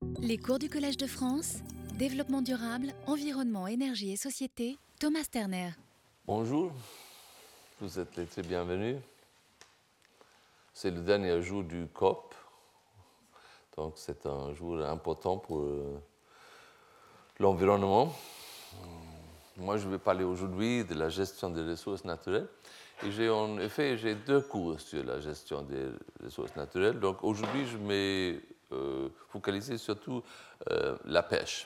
Les cours du Collège de France, Développement durable, environnement, énergie et société, Thomas Sterner. Bonjour, vous êtes les très bienvenus. C'est le dernier jour du COP, donc c'est un jour important pour l'environnement. Moi, je vais parler aujourd'hui de la gestion des ressources naturelles. Et en effet, j'ai 2 cours sur la gestion des ressources naturelles. Donc aujourd'hui, je vais focaliser surtout la pêche.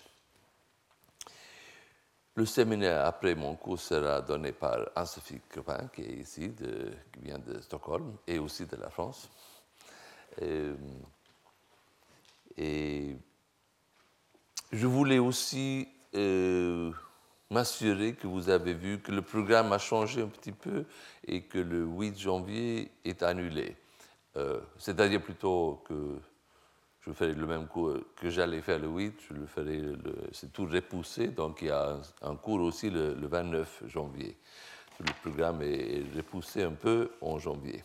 Le séminaire après mon cours sera donné par Anne-Sophie Crepin, qui est ici, qui vient de Stockholm et aussi de la France. Et je voulais aussi m'assurer que vous avez vu que le programme a changé un petit peu et que le 8 janvier est annulé. C'est-à-dire plutôt que je ferai le même cours que j'allais faire le 8, c'est tout repoussé, donc il y a un cours aussi le 29 janvier. Le programme est repoussé un peu en janvier.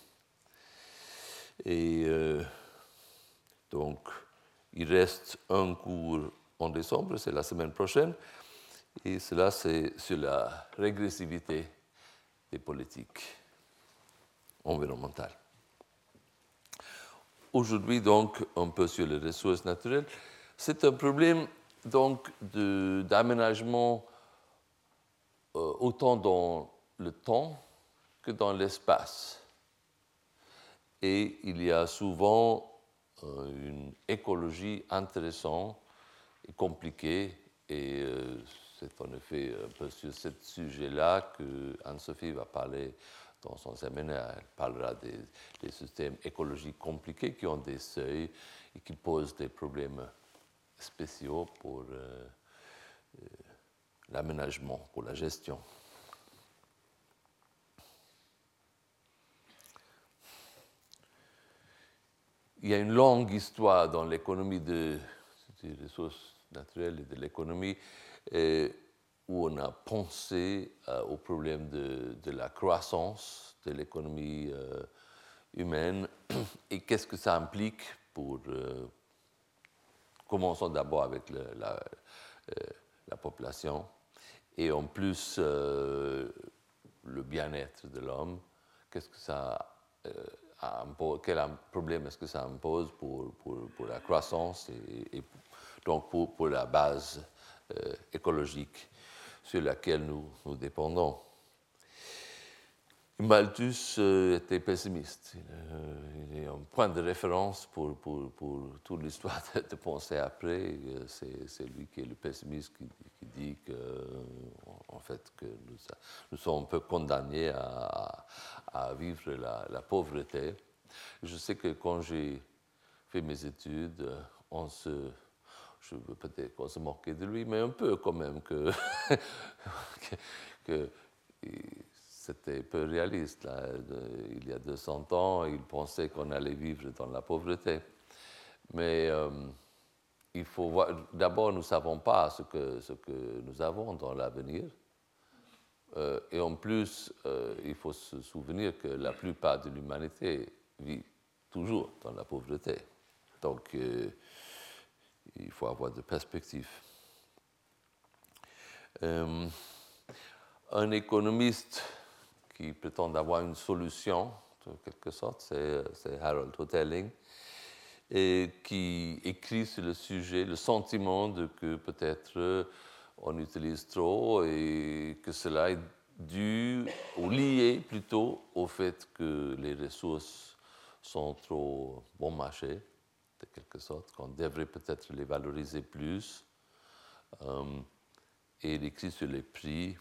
Et donc, il reste un cours en décembre, c'est la semaine prochaine, et cela, c'est sur la régressivité des politiques environnementales. Aujourd'hui, donc, un peu sur les ressources naturelles. C'est un problème donc d'aménagement autant dans le temps que dans l'espace. Et il y a souvent une écologie intéressante et compliquée. Et c'est en effet un peu sur ce sujet-là que Anne-Sophie va parler dans son séminaire. Elle parlera des systèmes écologiques compliqués qui ont des seuils et qui posent des problèmes spéciaux pour l'aménagement, pour la gestion. Il y a une longue histoire dans l'économie des ressources naturelles et de l'économie où on a pensé au problème de la croissance de l'économie humaine et qu'est-ce que ça implique pour... commençons d'abord avec la population et en plus le bien-être de l'homme. Qu'est-ce que ça quel problème est-ce que ça impose pour la croissance et donc pour la base écologique sur laquelle nous dépendons. Malthus était pessimiste. Il est un point de référence pour toute l'histoire de pensée après. C'est lui qui est le pessimiste qui dit que, en fait, que nous sommes un peu condamnés à vivre la pauvreté. Je sais que quand j'ai fait mes études, je veux peut-être qu'on se moquait de lui, mais un peu quand même que c'était peu réaliste. Là. Il y a 200 ans, il pensait qu'on allait vivre dans la pauvreté. Mais il faut voir. D'abord, nous ne savons pas ce que nous avons dans l'avenir. Et en plus, il faut se souvenir que la plupart de l'humanité vit toujours dans la pauvreté. Donc, il faut avoir de perspectives. Un économiste qui prétend avoir une solution, en quelque sorte, c'est Harold Hotelling, et qui écrit sur le sujet le sentiment de que peut-être on utilise trop et que cela est dû ou lié plutôt au fait que les ressources sont trop bon marché, de quelque sorte, qu'on devrait peut-être les valoriser plus. Et il écrit sur les prix.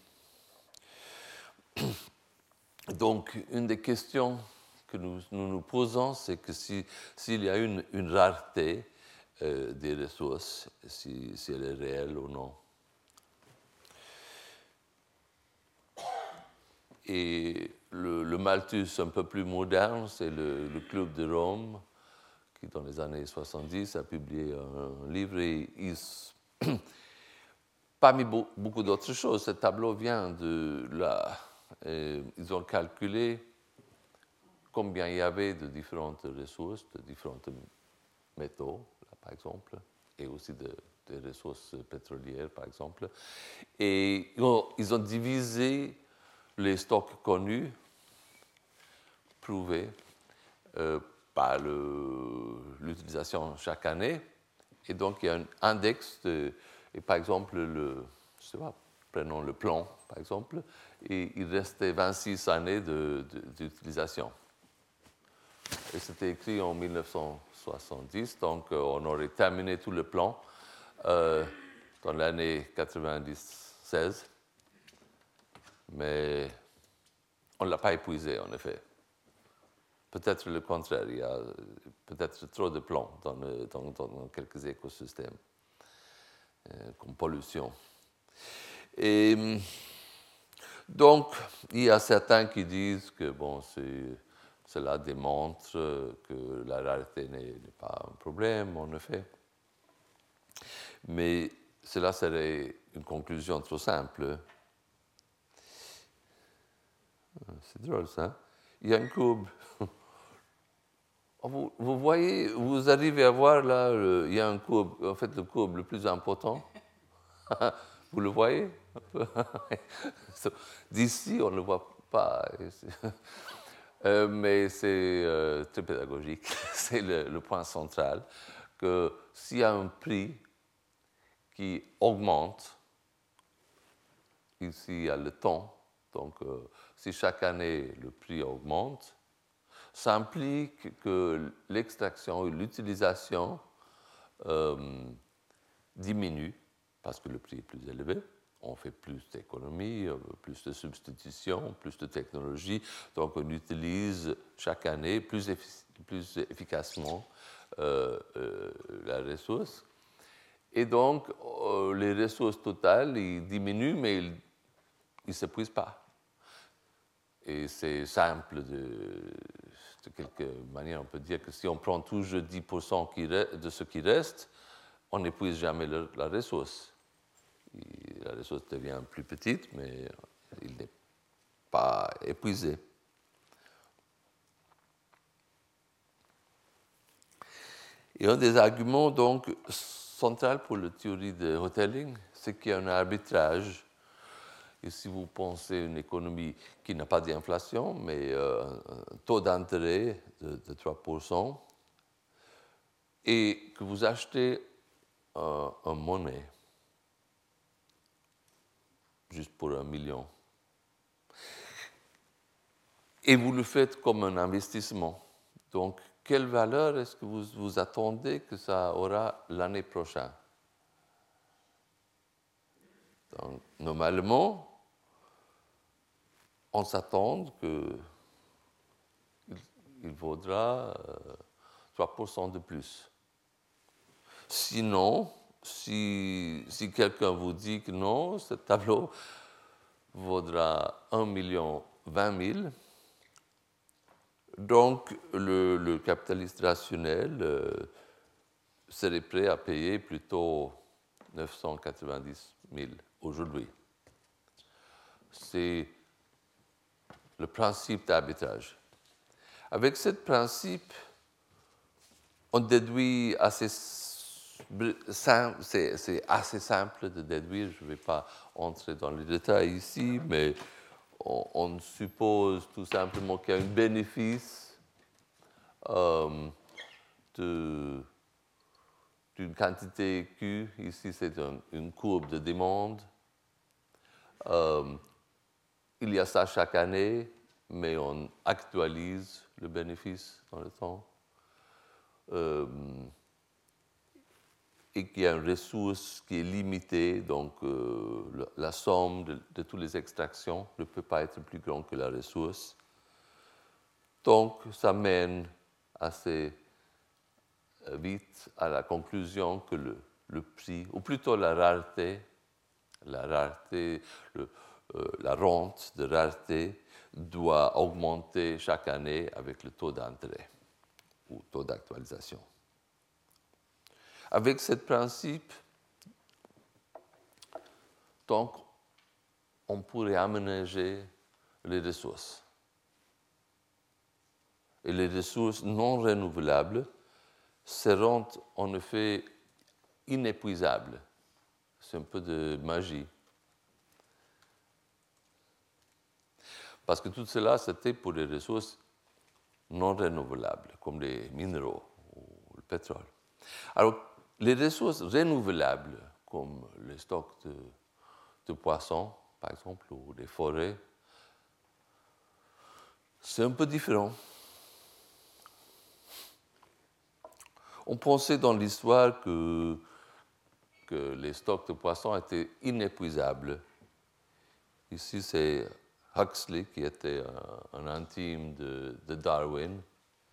Donc, une des questions que nous posons, c'est que s'il y a une rareté des ressources, si elle est réelle ou non. Et le Malthus un peu plus moderne, c'est le Club de Rome, qui dans les années 70 a publié un livre et parmi beaucoup d'autres choses, ce tableau vient de là. Ils ont calculé combien il y avait de différentes ressources, de différents métaux, là, par exemple, et aussi des ressources pétrolières, par exemple. Et ils ont divisé les stocks connus, prouvés, par l'utilisation chaque année. Et donc, il y a un index, et par exemple, je sais pas, prenons le plomb, par exemple, et il restait 26 années d'utilisation. Et c'était écrit en 1970, donc on aurait terminé tout le plomb dans l'année 96, mais on ne l'a pas épuisé, en effet. Peut-être le contraire, il y a peut-être trop de plomb dans quelques écosystèmes, comme pollution. Et donc, il y a certains qui disent que bon, cela démontre que la rareté n'est pas un problème, en effet. Mais cela serait une conclusion trop simple. C'est drôle, ça. Il y a une courbe. Vous voyez, vous arrivez à voir là, il y a une courbe, en fait, le courbe le plus important. Vous le voyez? D'ici, on ne le voit pas. Mais c'est très pédagogique. C'est le point central que s'il y a un prix qui augmente, ici il y a le temps, donc si chaque année le prix augmente, ça implique que l'extraction et l'utilisation diminuent parce que le prix est plus élevé. On fait plus d'économies, plus de substitutions, plus de technologies. Donc, on utilise chaque année plus efficacement la ressource. Et donc, les ressources totales, ils diminuent, mais ils ne s'épuisent pas. Et c'est simple de quelque manière, on peut dire que si on prend toujours 10% de ce qui reste, on n'épuise jamais la ressource. La ressource devient plus petite, mais il n'est pas épuisé. Et un des arguments donc centraux pour la théorie de Hotelling, c'est qu'il y a un arbitrage. Et si vous pensez à une économie qui n'a pas d'inflation, mais un taux d'intérêt de 3%, et que vous achetez une monnaie, juste pour 1 million, et vous le faites comme un investissement. Donc, quelle valeur est-ce que vous attendez que ça aura l'année prochaine? Donc, normalement, on s'attend qu'il vaudra 3% de plus. Sinon, si quelqu'un vous dit que non, ce tableau vaudra 1,020 000 000, donc le capitaliste rationnel serait prêt à payer plutôt 990 000 aujourd'hui. C'est le principe d'arbitrage. Avec ce principe, on déduit assez simple, c'est assez simple de déduire, je ne vais pas entrer dans les détails ici, mais on suppose tout simplement qu'il y a un bénéfice d'une quantité Q. Ici, c'est une courbe de demande. Il y a ça chaque année, mais on actualise le bénéfice dans le temps. Et qu'il y a une ressource qui est limitée, donc la somme de toutes les extractions ne peut pas être plus grande que la ressource. Donc, ça mène assez vite à la conclusion que le prix, ou plutôt la rente de rareté doit augmenter chaque année avec le taux d'intérêt ou taux d'actualisation. Avec ce principe, donc, on pourrait aménager les ressources. Et les ressources non renouvelables seront en effet inépuisable. C'est un peu de magie. Parce que tout cela, c'était pour des ressources non renouvelables, comme les minéraux ou le pétrole. Alors, les ressources renouvelables, comme les stocks de poissons, par exemple, ou des forêts, c'est un peu différent. On pensait dans l'histoire que les stocks de poissons étaient inépuisables. Ici, c'est Huxley, qui était un intime de Darwin,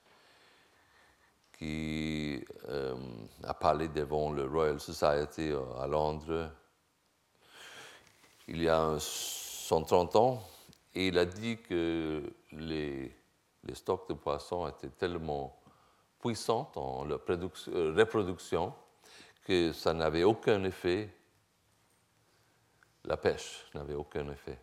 qui a parlé devant le Royal Society à Londres il y a 130 ans, et il a dit que les stocks de poissons étaient tellement puissants en leur reproduction que ça n'avait aucun effet, la pêche n'avait aucun effet.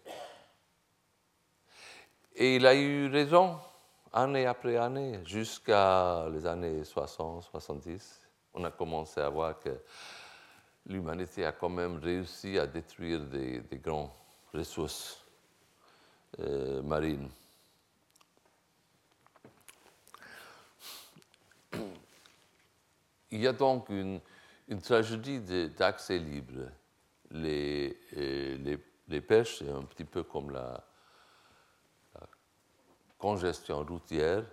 Et il a eu raison, année après année, jusqu'à les années 60, 70. On a commencé à voir que l'humanité a quand même réussi à détruire des grandes ressources marines. Il y a donc une tragédie d'accès libre. Les pêches, c'est un petit peu comme la congestion routière.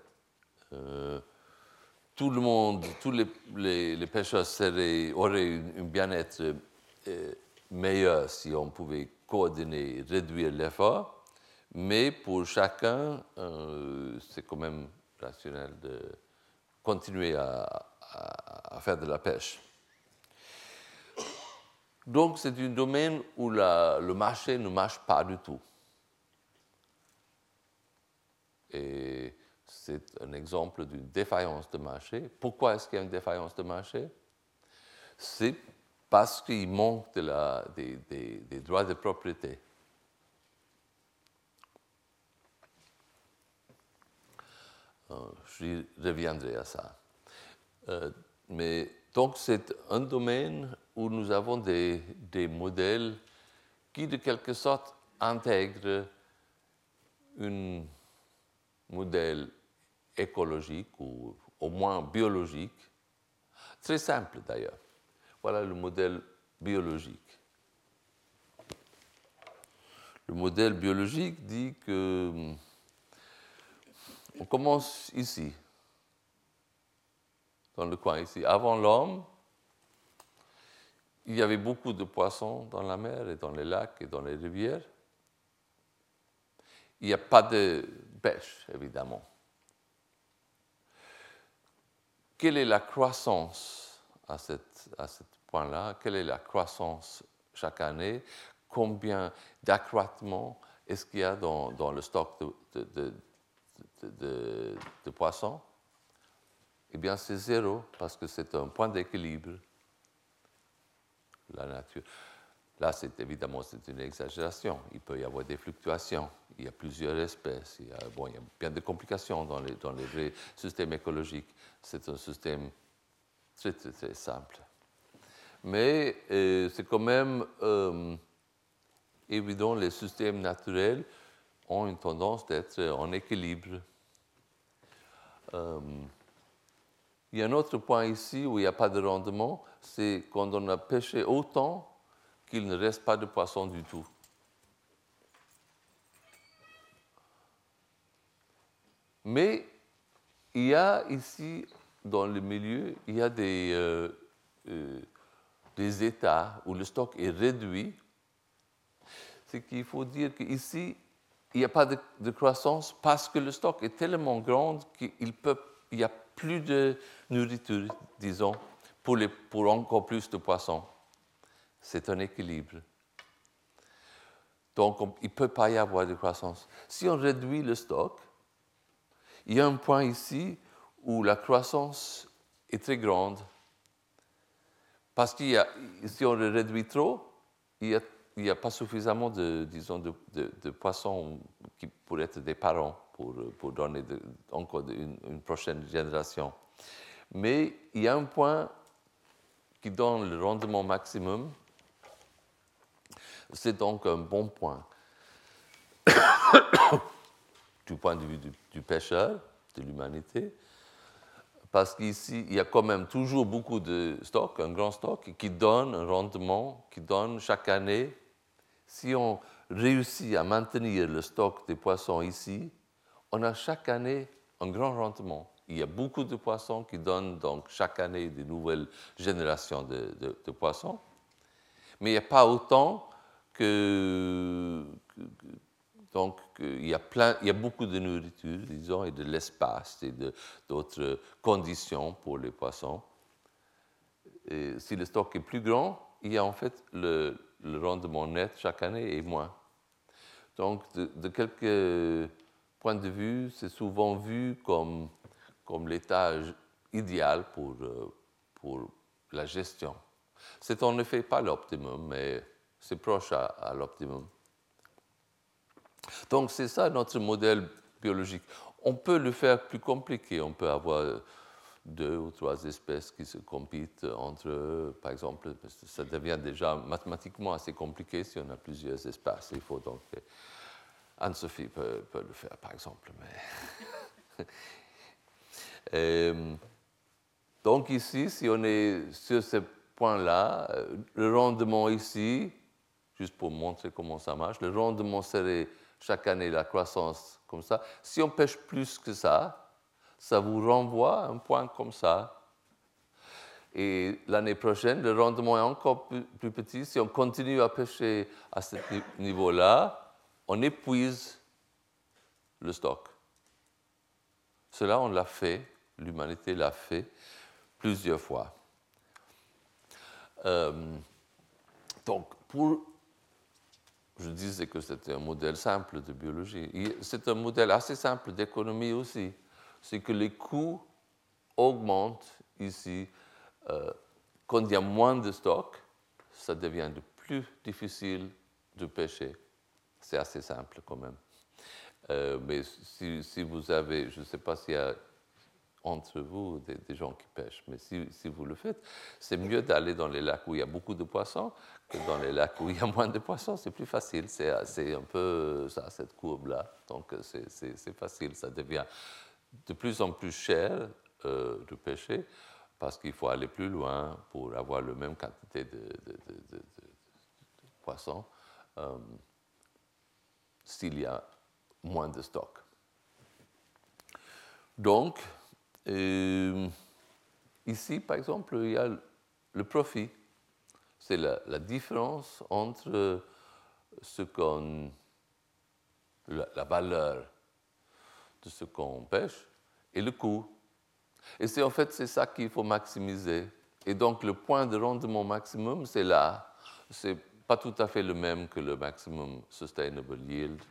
Tout le monde, tous les pêcheurs auraient un bien-être meilleur si on pouvait coordonner, réduire l'effort, mais pour chacun, c'est quand même rationnel de continuer à faire de la pêche. Donc c'est un domaine où le marché ne marche pas du tout. Et c'est un exemple d'une défaillance de marché. Pourquoi est-ce qu'il y a une défaillance de marché? C'est parce qu'il manque des droits de propriété. Je reviendrai à ça. Mais donc c'est un domaine où nous avons des modèles qui, de quelque sorte, intègrent un modèle écologique ou au moins biologique, très simple d'ailleurs. Voilà le modèle biologique. Le modèle biologique dit que on commence ici, dans le coin ici. Avant l'homme, il y avait beaucoup de poissons dans la mer et dans les lacs et dans les rivières. Il n'y a pas de pêche, évidemment. Quelle est la croissance à ce point-là? Quelle est la croissance chaque année? Combien d'accroissement est-ce qu'il y a dans le stock de poissons? Eh bien, c'est zéro, parce que c'est un point d'équilibre, la nature. Là, évidemment, c'est une exagération. Il peut y avoir des fluctuations. Il y a plusieurs espèces. Il y a bien des complications dans les vrais systèmes écologiques. C'est un système très, très, très simple. Mais c'est quand même évident, les systèmes naturels ont une tendance d'être en équilibre. Il y a un autre point ici où il n'y a pas de rendement, c'est quand on a pêché autant qu'il ne reste pas de poissons du tout. Mais il y a ici, dans le milieu, il y a des états où le stock est réduit. C'est qu'il faut dire qu'ici, il n'y a pas de croissance parce que le stock est tellement grand qu'il n'y a plus de nourriture, disons, pour encore plus de poissons. C'est un équilibre. Donc, il ne peut pas y avoir de croissance. Si on réduit le stock, il y a un point ici où la croissance est très grande. Parce que si on le réduit trop, il n'y a pas suffisamment de poissons qui pourraient être des parents pour donner encore une prochaine génération. Mais il y a un point qui donne le rendement maximum, c'est donc un bon point du point de vue du pêcheur, de l'humanité, parce qu'ici, il y a quand même toujours beaucoup de stocks, un grand stock, qui donne un rendement, qui donne chaque année. Si on réussit à maintenir le stock des poissons ici, on a chaque année un grand rendement. Il y a beaucoup de poissons qui donnent donc chaque année de nouvelles générations de poissons, mais il n'y a pas autant donc, il y a beaucoup de nourriture, disons, et de l'espace et d'autres conditions pour les poissons. Et si le stock est plus grand, il y a en fait le rendement net chaque année est moins. Donc, de quelques points de vue, c'est souvent vu comme l'état idéal pour la gestion. C'est en effet pas l'optimum, mais c'est proche à l'optimum. Donc, c'est ça notre modèle biologique. On peut le faire plus compliqué. On peut avoir 2 ou 3 espèces qui se compitent entre eux. Par exemple, ça devient déjà mathématiquement assez compliqué si on a plusieurs espaces. Il faut donc... Anne-Sophie peut le faire, par exemple. Mais donc ici, si on est sur ce point-là, le rendement ici, juste pour montrer comment ça marche, le rendement serait chaque année la croissance comme ça. Si on pêche plus que ça vous renvoie à un point comme ça. Et l'année prochaine, le rendement est encore plus petit. Si on continue à pêcher à ce niveau-là, on épuise le stock. Cela, on l'a fait, l'humanité l'a fait plusieurs fois. Donc, je disais que c'était un modèle simple de biologie. C'est un modèle assez simple d'économie aussi. C'est que les coûts augmentent ici. Quand il y a moins de stock, ça devient de plus difficile de pêcher. C'est assez simple quand même. Mais si vous avez, je ne sais pas s'il y a entre vous des gens qui pêchent, mais si vous le faites, c'est mieux d'aller dans les lacs où il y a beaucoup de poissons que dans les lacs où il y a moins de poissons. C'est plus facile, c'est un peu ça, cette courbe-là. Donc c'est facile, ça devient de plus en plus cher de pêcher parce qu'il faut aller plus loin pour avoir la même quantité de poissons s'il y a moins de stock. Donc, ici, par exemple, il y a le profit. C'est la différence entre la valeur de ce qu'on pêche et le coût. Et c'est en fait c'est ça qu'il faut maximiser. Et donc le point de rendement maximum, c'est là. C'est pas tout à fait le même que le maximum sustainable yield.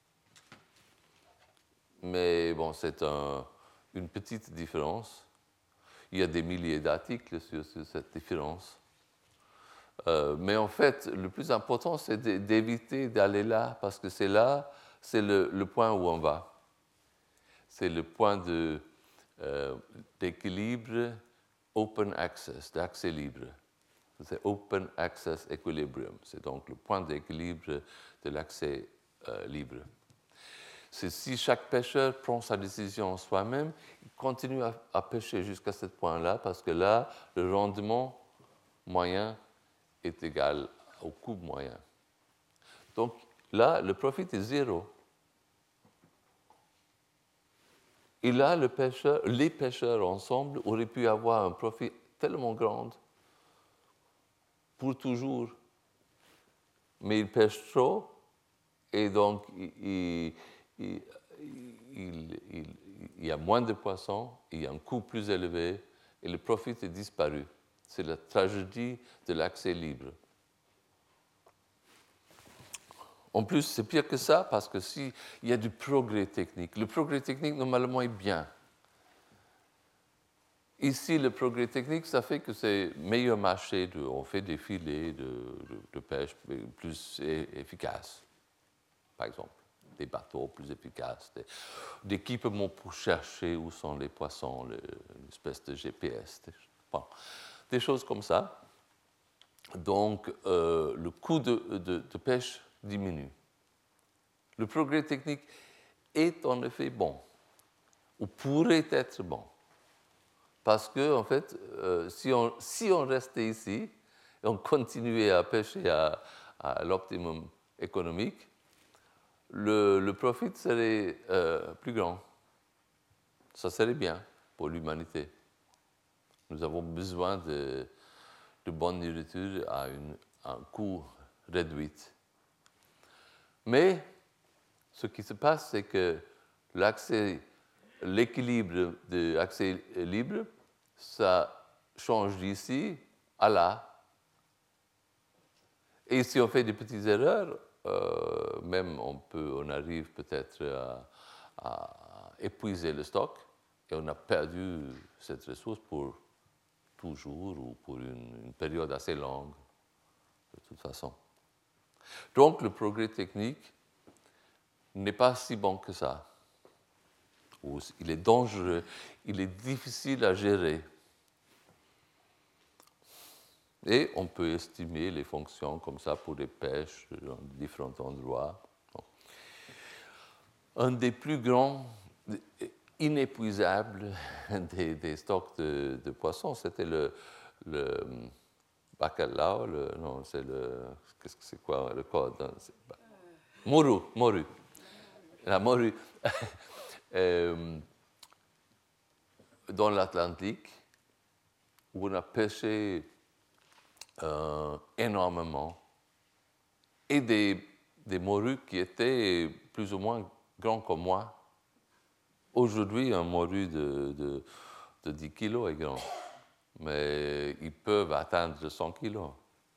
Mais bon, c'est une petite différence. Il y a des milliers d'articles sur cette différence. Mais en fait, le plus important, c'est d'éviter d'aller là, parce que c'est là, c'est le point où on va. C'est le point d'équilibre open access, d'accès libre. C'est open access equilibrium. C'est donc le point d'équilibre de l'accès libre. C'est si chaque pêcheur prend sa décision soi-même, il continue à pêcher jusqu'à ce point-là, parce que là, le rendement moyen est égal au coût moyen. Donc là, le profit est zéro. Et là, les pêcheurs ensemble auraient pu avoir un profit tellement grand pour toujours. Mais ils pêchent trop et donc il y a moins de poissons, il y a un coût plus élevé et le profit est disparu. C'est la tragédie de l'accès libre. En plus, c'est pire que ça parce que s'il y a du progrès technique, le progrès technique normalement est bien. Ici, le progrès technique, ça fait que c'est meilleur marché, on fait des filets de pêche plus efficaces, par exemple, des bateaux plus efficaces, des équipements pour chercher où sont les poissons, une espèce de GPS, des choses comme ça. Donc, le coût de pêche diminue. Le progrès technique est en effet bon, ou pourrait être bon. Parce que, en fait, si on restait ici et on continuait à pêcher à l'optimum économique, le profit serait plus grand. Ça serait bien pour l'humanité. Nous avons besoin de bonne nourriture à un coût réduit. Mais ce qui se passe, c'est que l'équilibre de l'accès libre, ça change d'ici à là. Et si on fait des petites erreurs, même on arrive peut-être à épuiser le stock et on a perdu cette ressource pour toujours ou pour une période assez longue, de toute façon. Donc le progrès technique n'est pas si bon que ça. Il est dangereux, il est difficile à gérer. Et on peut estimer les fonctions comme ça pour les pêches dans différents endroits. Un des plus grands, inépuisables des stocks de poissons, c'était le bacalao, non, c'est qu'est-ce que c'est quoi le code? Morue. La morue. Dans l'Atlantique, où on a pêché énormément, et des morues qui étaient plus ou moins grands comme moi. Aujourd'hui, un morue de 10 kilos est grand, mais ils peuvent atteindre 100 kilos.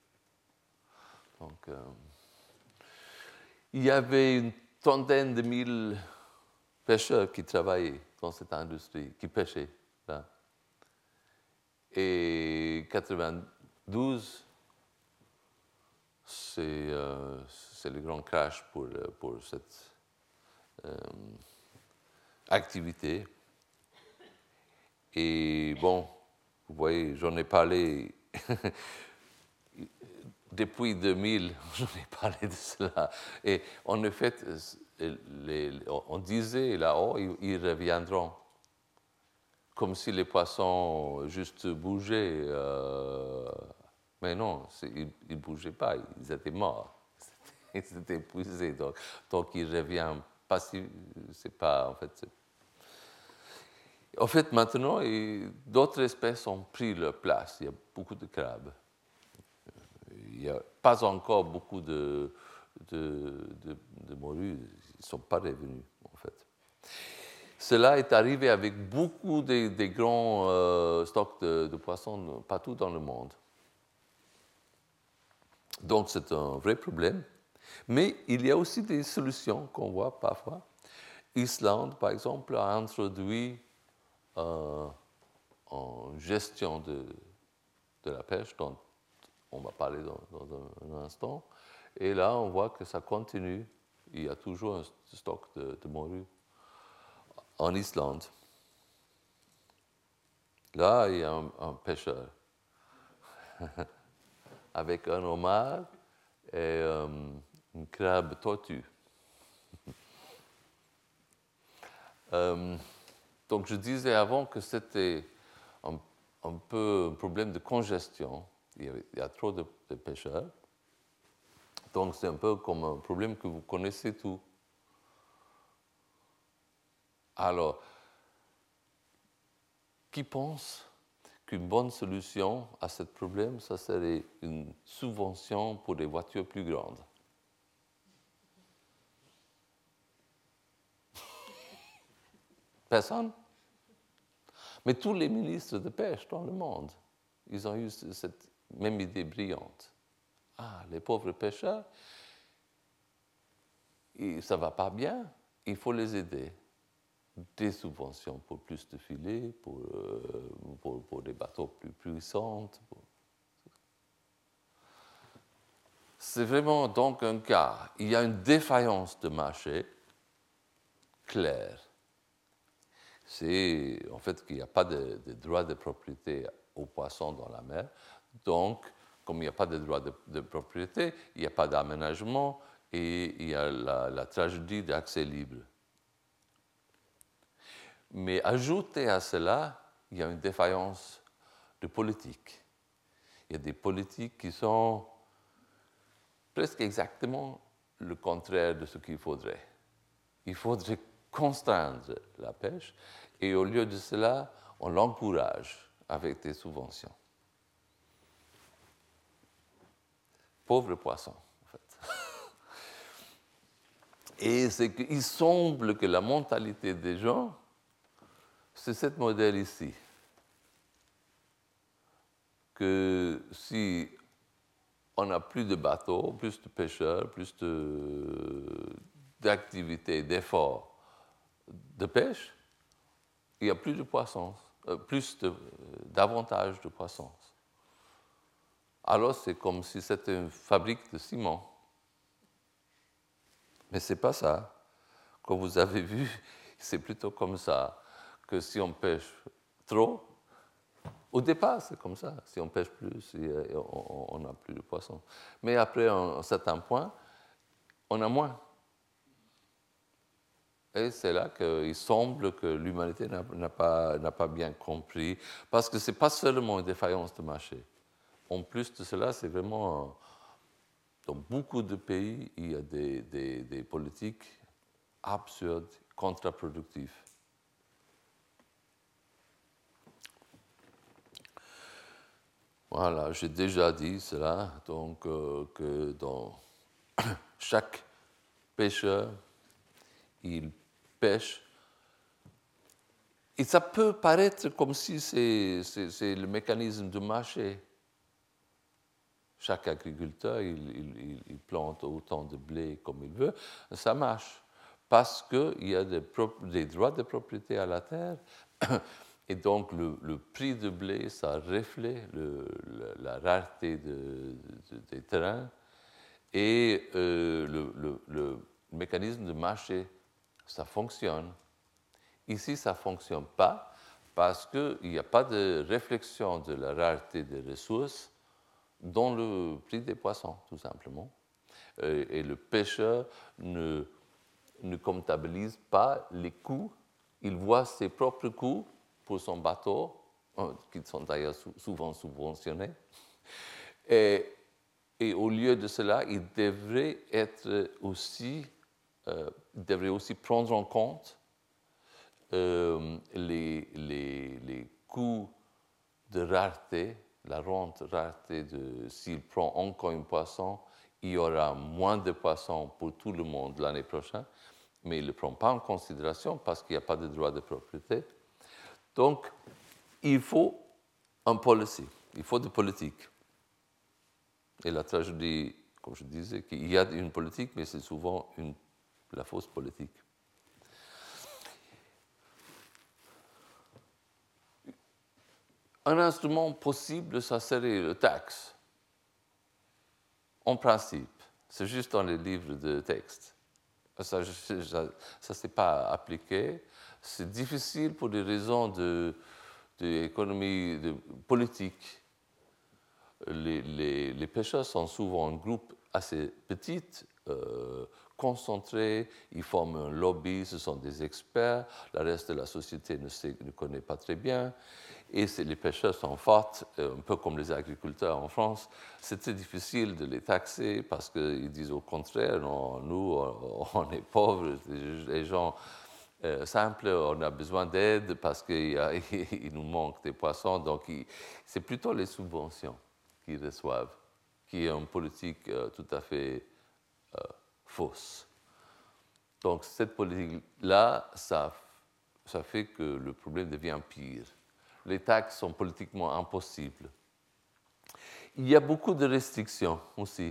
Donc, il y avait une trentaine de mille pêcheurs qui travaillaient dans cette industrie, qui pêchaient là. Et 92, c'est le grand crash pour cette activité. Et bon, vous voyez, j'en ai parlé depuis 2000, j'en ai parlé de cela. Et en effet, on disait là-haut, ils reviendront. Comme si les poissons juste bougeaient. Mais non, ils ne bougeaient pas, ils étaient morts. Ils étaient épuisés. Donc ils ne reviennent pas si. C'est pas. En fait, maintenant, d'autres espèces ont pris leur place. Il y a beaucoup de crabes. Il n'y a pas encore beaucoup de morues. Ils ne sont pas revenus, en fait. Cela est arrivé avec beaucoup des grands stocks de poissons partout dans le monde. Donc c'est un vrai problème. Mais il y a aussi des solutions qu'on voit parfois. Islande, par exemple, a introduit en gestion de la pêche, dont on va parler dans un instant. Et là, on voit que ça continue. Il y a toujours un stock de morues en Islande. Là, il y a un pêcheur avec un homard et une crabe tortue. Donc, je disais avant que c'était un peu un problème de congestion. Il y a trop de pêcheurs. Donc, c'est un peu comme un problème que vous connaissez tout. Alors, qui pense qu'une bonne solution à ce problème, ça serait une subvention pour des voitures plus grandes? Personne? Mais tous les ministres de pêche dans le monde, ils ont eu cette même idée brillante. Ah, les pauvres pêcheurs, ça ne va pas bien, il faut les aider. Des subventions pour plus de filets, pour des bateaux plus puissants. C'est vraiment donc un cas. Il y a une défaillance de marché claire. C'est en fait qu'il n'y a pas de droit de propriété aux poissons dans la mer. Donc, comme il n'y a pas de droit de propriété, il n'y a pas d'aménagement et il y a la tragédie d'accès libre. Mais ajouté à cela, il y a une défaillance de politique. Il y a des politiques qui sont presque exactement le contraire de ce qu'il faudrait. Il faudrait contraindre la pêche et au lieu de cela, on l'encourage avec des subventions. Pauvre poisson, en fait. Et c'est qu'il semble que la mentalité des gens, c'est ce modèle ici. Que si on n'a plus de bateaux, plus de pêcheurs, plus d'activités, d'efforts de pêche, il n'y a plus de poissons, davantage de poissons. Alors c'est comme si c'était une fabrique de ciment. Mais ce n'est pas ça. Comme vous avez vu, c'est plutôt comme ça que si on pêche trop, au départ, c'est comme ça. Si on pêche plus, on n'a plus de poissons. Mais après un certain point, on a moins. Et c'est là qu'il semble que l'humanité n'a pas bien compris, parce que ce n'est pas seulement une défaillance de marché. En plus de cela, c'est vraiment, dans beaucoup de pays, il y a des politiques absurdes, contre-productives. Voilà, j'ai déjà dit cela, donc que dans chaque pêcheur, il pêche. Et ça peut paraître comme si c'est le mécanisme du marché. Chaque agriculteur, il plante autant de blé comme il veut. Ça marche parce qu'il y a des droits de propriété à la terre. Et donc, le prix de blé, ça reflète la rareté des terrains. Et le mécanisme de marché, ça fonctionne. Ici, ça ne fonctionne pas parce qu'il n'y a pas de réflexion de la rareté des ressources dans le prix des poissons, tout simplement. Et le pêcheur ne comptabilise pas les coûts. Il voit ses propres coûts pour son bateau, qui sont d'ailleurs souvent subventionnés. Et au lieu de cela, il devrait aussi prendre en compte les coûts de rareté, la rente rareté s'il prend encore un poisson, il y aura moins de poissons pour tout le monde l'année prochaine, mais il ne le prend pas en considération parce qu'il n'y a pas de droit de propriété. Donc, il faut un policy, il faut de politique. Et la tragédie, comme je disais, qu'il y a une politique, mais c'est souvent la fausse politique. Un instrument possible, ça serait le taxe. En principe, c'est juste dans les livres de texte. Ça ne s'est pas appliqué. C'est difficile pour des raisons d'économie politique. Les pêcheurs sont souvent un groupe assez petit, concentré, ils forment un lobby, ce sont des experts, le reste de la société ne connaît pas très bien. Et les pêcheurs sont forts, un peu comme les agriculteurs en France. C'est très difficile de les taxer parce qu'ils disent au contraire, non, nous, on est pauvres, les gens simples, on a besoin d'aide parce qu'il nous manque des poissons. Donc, c'est plutôt les subventions qu'ils reçoivent, qui est une politique tout à fait fausse. Donc, cette politique-là, ça fait que le problème devient pire. Les taxes sont politiquement impossibles. Il y a beaucoup de restrictions aussi.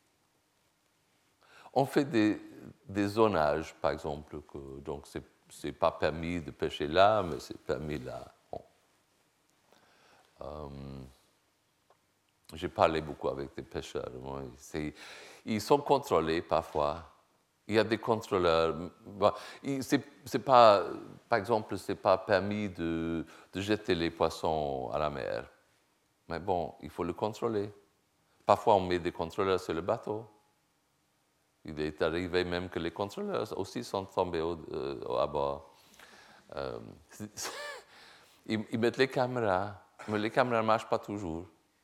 On fait des zonages, par exemple, donc ce n'est pas permis de pêcher là, mais c'est permis là. Bon. J'ai parlé beaucoup avec des pêcheurs. Ils sont contrôlés parfois. Il y a des contrôleurs. C'est pas, par exemple, ce n'est pas permis de jeter les poissons à la mer. Mais bon, il faut le contrôler. parfois, on met des contrôleurs sur le bateau. Il est arrivé même que les contrôleurs aussi sont tombés à bord. Ils mettent les caméras, mais les caméras ne marchent pas toujours.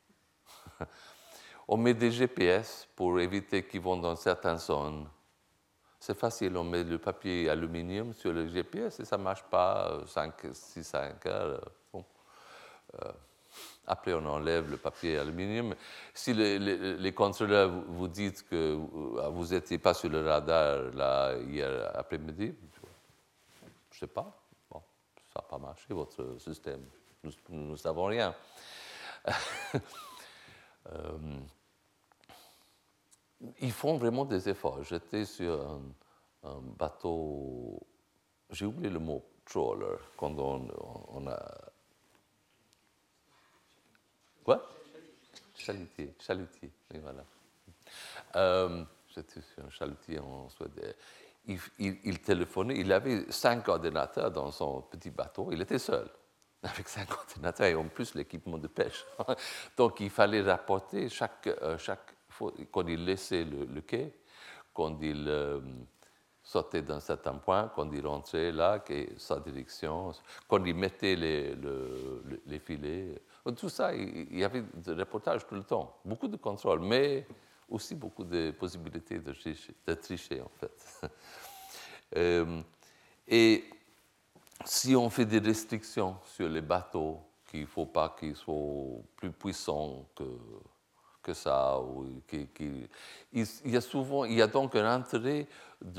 On met des GPS pour éviter qu'ils vont dans certaines zones. C'est facile, on met le papier aluminium sur le GPS et ça ne marche pas 5 heures. Bon. Après, on enlève le papier aluminium. Si les contrôleurs vous disent que vous n'étiez pas sur le radar là, hier après-midi, je ne sais pas. Bon, ça n'a pas marché, votre système. Nous ne savons rien. Ils font vraiment des efforts. J'étais sur un bateau, j'ai oublié le mot, trawler, quand on a... Quoi? Chalutier, oui, voilà. J'étais sur un chalutier en Suède. Il téléphonait, il avait 5 ordinateurs dans son petit bateau, il était seul, avec 5 ordinateurs et en plus l'équipement de pêche. Donc il fallait rapporter chaque fois, quand il laissait le quai, quand il sortait d'un certain point, quand il rentrait là, sa direction, quand il mettait les filets. Tout ça, il y avait des reportages tout le temps, beaucoup de contrôle, mais aussi beaucoup de possibilités de tricher en fait. Et si on fait des restrictions sur les bateaux, qu'il ne faut pas qu'ils soient plus puissants que ça, il y a donc un intérêt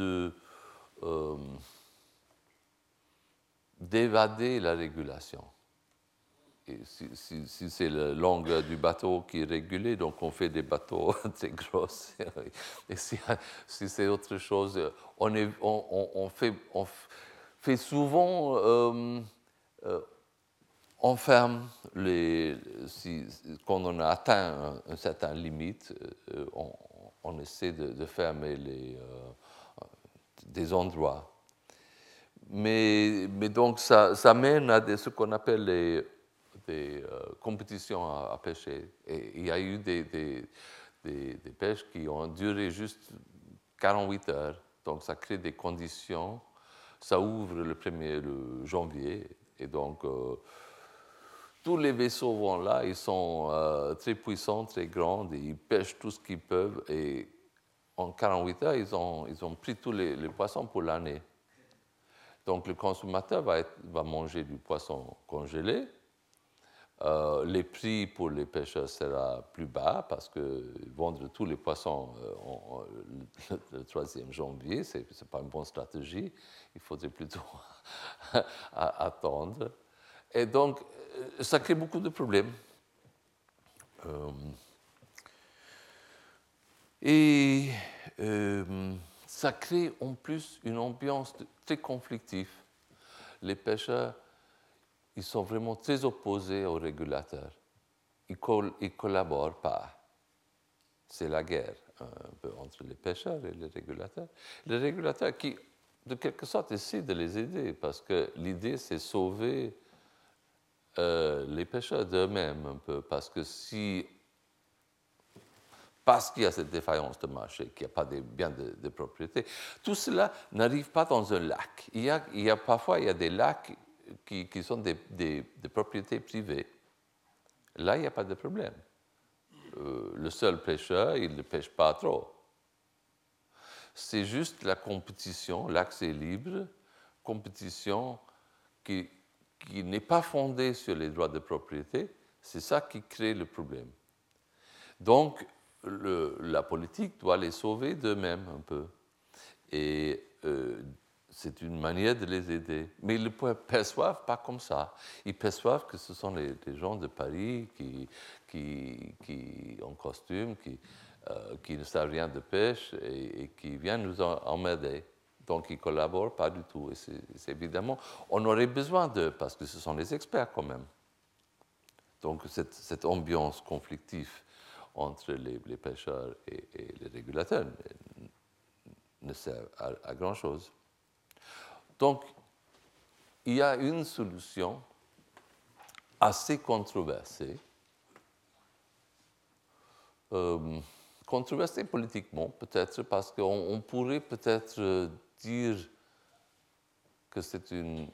d'évader la régulation. Et si c'est la longueur du bateau qui est régulée, donc on fait des bateaux très gros. Et si c'est autre chose, on fait souvent, on ferme quand on a atteint une certaine limite, on essaie de fermer des endroits. Mais donc ça mène à ce qu'on appelle des compétitions à pêcher. Et il y a eu des pêches qui ont duré juste 48 heures. Donc ça crée des conditions. Ça ouvre le 1er janvier. Et donc tous les vaisseaux vont là. Ils sont très puissants, très grands. Et ils pêchent tout ce qu'ils peuvent. Et en 48 heures, ils ont pris tous les poissons pour l'année. Donc le consommateur va manger du poisson congelé. Les prix pour les pêcheurs sera plus bas parce que vendre tous les poissons le 3e janvier, ce n'est pas une bonne stratégie. Il faudrait plutôt attendre. Et donc, ça crée beaucoup de problèmes. Ça crée en plus une ambiance très conflictive. Les pêcheurs, ils sont vraiment très opposés aux régulateurs. Ils ne collaborent pas. C'est la guerre un peu entre les pêcheurs et les régulateurs. Les régulateurs qui, de quelque sorte, essaient de les aider parce que l'idée, c'est sauver les pêcheurs d'eux-mêmes un peu. Parce qu'il y a cette défaillance de marché, qu'il n'y a pas de biens de propriété, tout cela n'arrive pas dans un lac. Parfois, il y a des lacs qui sont des propriétés privées. Là, il n'y a pas de problème. Le seul pêcheur, il ne pêche pas trop. C'est juste la compétition, l'accès libre, compétition qui n'est pas fondée sur les droits de propriété, c'est ça qui crée le problème. Donc, la politique doit les sauver d'eux-mêmes un peu. Et c'est une manière de les aider. Mais ils ne le perçoivent pas comme ça. Ils perçoivent que ce sont les gens de Paris qui en costume, qui ne savent rien de pêche et qui viennent nous emmerder. Donc, ils ne collaborent pas du tout. Et c'est évidemment, on aurait besoin d'eux parce que ce sont les experts quand même. Donc, cette ambiance conflictive entre les pêcheurs et les régulateurs ne sert à grand-chose. Donc, il y a une solution assez controversée controversé politiquement, peut-être, parce qu'on pourrait peut-être dire que c'est une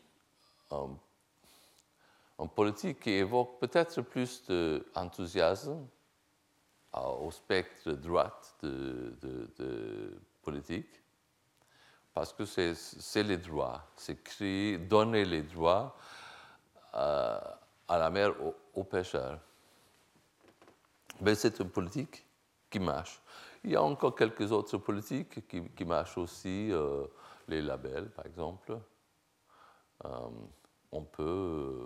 politique qui évoque peut-être plus d'enthousiasme au spectre droite de politique, parce que c'est les droits, c'est créer, donner les droits à la mer aux pêcheurs. Mais c'est une politique qui marche. Il y a encore quelques autres politiques qui marchent aussi, les labels, par exemple. On peut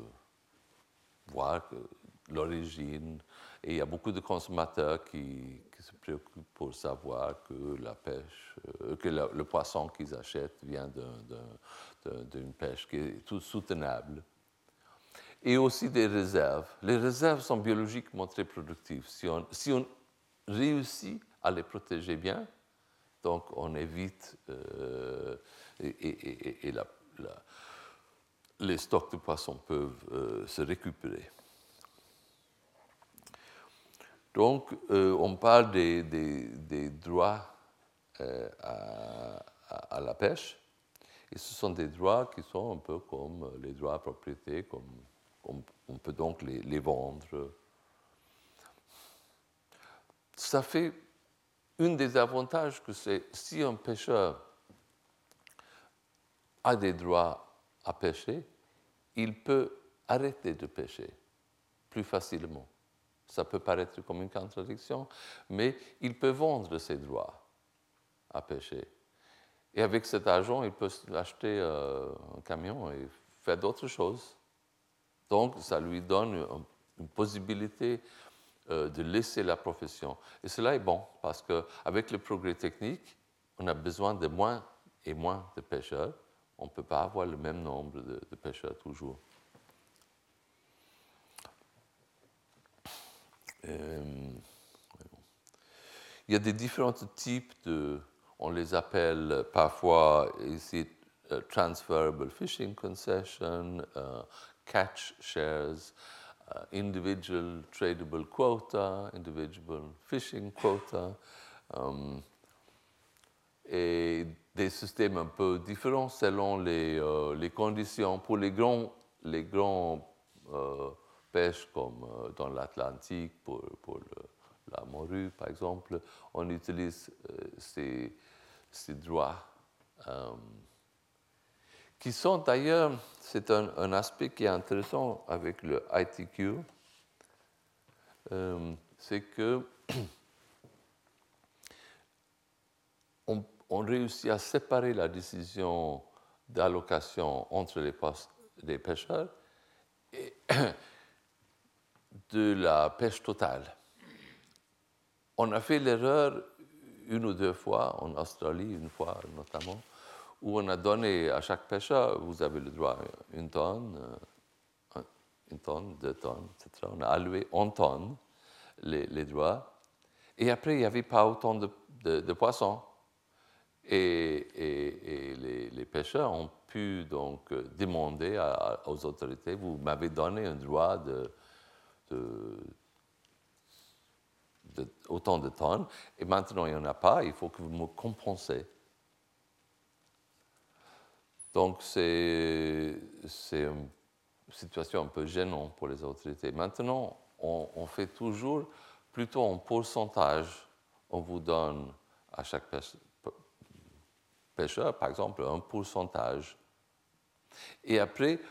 voir l'origine, et il y a beaucoup de consommateurs qui se préoccupent pour savoir que la pêche, que le poisson qu'ils achètent vient d'une pêche qui est tout soutenable. Et aussi des réserves. Les réserves sont biologiquement très productives. Si on réussit à les protéger bien, donc on évite et les stocks de poissons peuvent se récupérer. Donc, on parle des droits à la pêche, et ce sont des droits qui sont un peu comme les droits à propriété, comme on peut donc les vendre. Ça fait un des avantages que c'est si un pêcheur a des droits à pêcher, il peut arrêter de pêcher plus facilement. Ça peut paraître comme une contradiction, mais il peut vendre ses droits à pêcher. Et avec cet argent, il peut acheter un camion et faire d'autres choses. Donc, ça lui donne une possibilité de laisser la profession. Et cela est bon, parce qu'avec le progrès technique, on a besoin de moins et moins de pêcheurs. On ne peut pas avoir le même nombre de pêcheurs toujours. Il y a des différents types on les appelle parfois ici transferable fishing concession, catch shares, individual tradable quota, individual fishing quota, et des systèmes un peu différents selon les conditions. Pour les grands pêches comme dans l'Atlantique, pour la morue par exemple, on utilise ces droits qui sont d'ailleurs, c'est un aspect qui est intéressant avec le ITQ, c'est que on réussit à séparer la décision d'allocation entre les pêcheurs et de la pêche totale. On a fait l'erreur une ou deux fois, en Australie une fois notamment, où on a donné à chaque pêcheur, vous avez le droit à une tonne, 2 tonnes, etc. On a alloué en tonnes les droits. Et après, il n'y avait pas autant de poissons. Et les pêcheurs ont pu donc demander aux autorités, vous m'avez donné un droit de autant de tonnes, et maintenant il n'y en a pas, il faut que vous me compensez. Donc c'est une situation un peu gênante pour les autorités. Maintenant, on fait toujours plutôt en pourcentage. On vous donne à chaque pêcheur, par exemple, un pourcentage. Et après,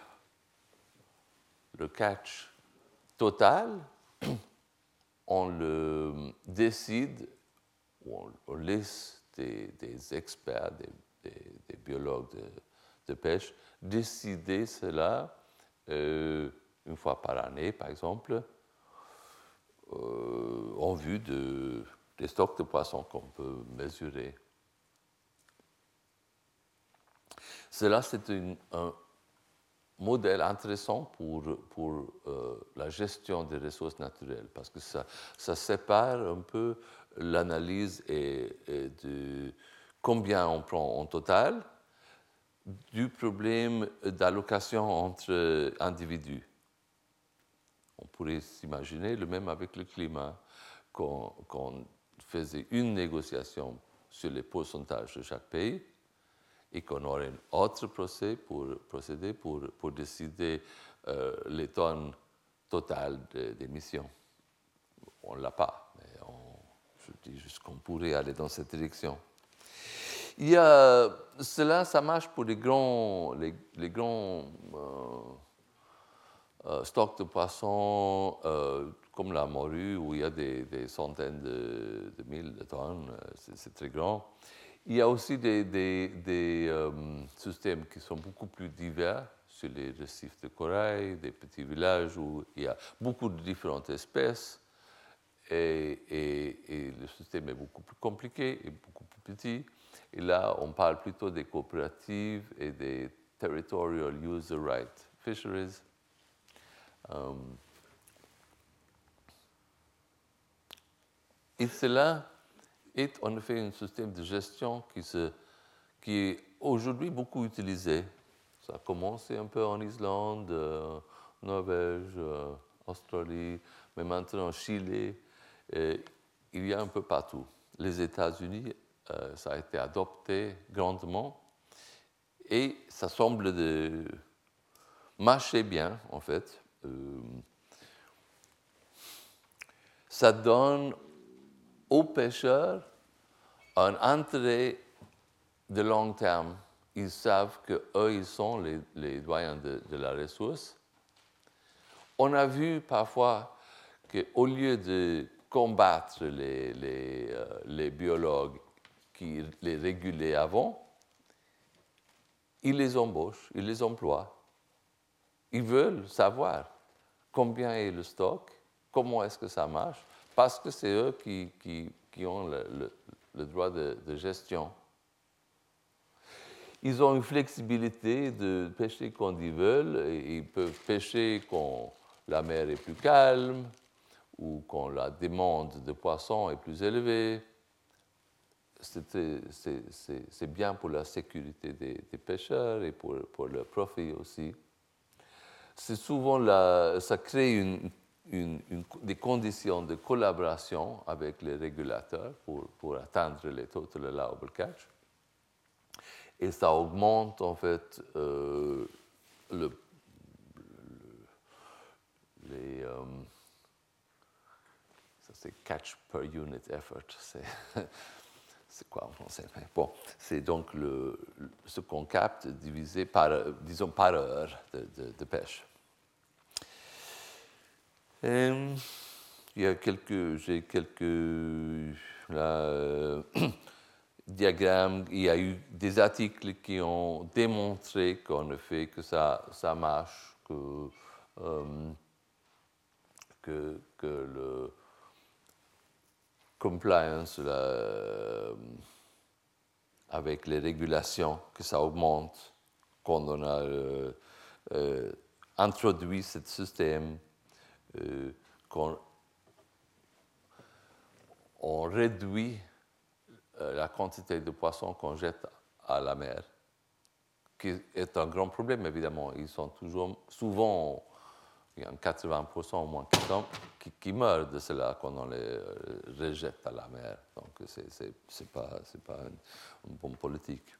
le catch total, on le décide, on laisse des experts, des biologues de pêche, décider cela une fois par année, par exemple, en vue des stocks de poissons qu'on peut mesurer. Cela, c'est un modèle intéressant pour la gestion des ressources naturelles, parce que ça sépare un peu l'analyse de combien on prend en total du problème d'allocation entre individus. On pourrait s'imaginer le même avec le climat. qu'on faisait une négociation sur les pourcentages de chaque pays et qu'on aurait un autre procédé pour décider les tonnes totales d'émissions. On ne l'a pas, mais je dis juste qu'on pourrait aller dans cette direction. Cela, ça marche pour les grands stocks de poissons, comme la morue, où il y a des centaines de mille de tonnes, c'est très grand. Il y a aussi des systèmes qui sont beaucoup plus divers sur les récifs de corail, des petits villages où il y a beaucoup de différentes espèces et le système est beaucoup plus compliqué et beaucoup plus petit. Et là, on parle plutôt des coopératives et des territorial user right fisheries. Et cela est en effet un système de gestion qui est aujourd'hui beaucoup utilisé. Ça a commencé un peu en Islande, Norvège, Australie, mais maintenant Chili. Il y a un peu partout. Les États-Unis, ça a été adopté grandement et ça semble de marcher bien, en fait. Ça donne aux pêcheurs un intérêt de long terme. Ils savent qu'eux, ils sont les doyens de la ressource. On a vu parfois qu'au lieu de combattre les biologues qui les régulaient avant, ils les embauchent, ils les emploient. Ils veulent savoir combien est le stock, comment est-ce que ça marche, parce que c'est eux qui ont le droit de gestion. Ils ont une flexibilité de pêcher quand ils veulent. Et ils peuvent pêcher quand la mer est plus calme ou quand la demande de poissons est plus élevée. C'est bien pour la sécurité des pêcheurs et pour leur profit aussi. C'est souvent ça crée des conditions de collaboration avec les régulateurs pour atteindre les total allowable catch. Et ça augmente en fait ça c'est catch per unit effort. C'est quoi en français? Bon, c'est donc ce qu'on capte divisé par heure de pêche. J'ai quelques diagrammes. Il y a eu des articles qui ont démontré qu'en effet que ça marche, que le compliance avec les régulations, que ça augmente quand on a introduit ce système, qu'on réduit la quantité de poissons qu'on jette à la mer, qui est un grand problème évidemment. Ils sont souvent, il y a 80% au moins qui meurent de cela quand on les rejette à la mer. Donc c'est pas une bonne politique.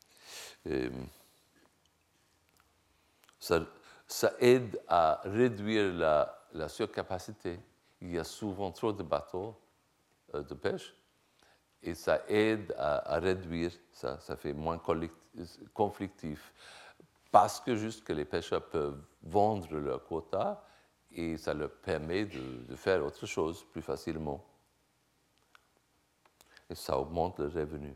Ça aide à réduire la surcapacité. Il y a souvent trop de bateaux de pêche et ça aide à réduire, ça fait moins conflictif parce que juste que les pêcheurs peuvent vendre leur quota et ça leur permet de faire autre chose plus facilement. Et ça augmente le revenu.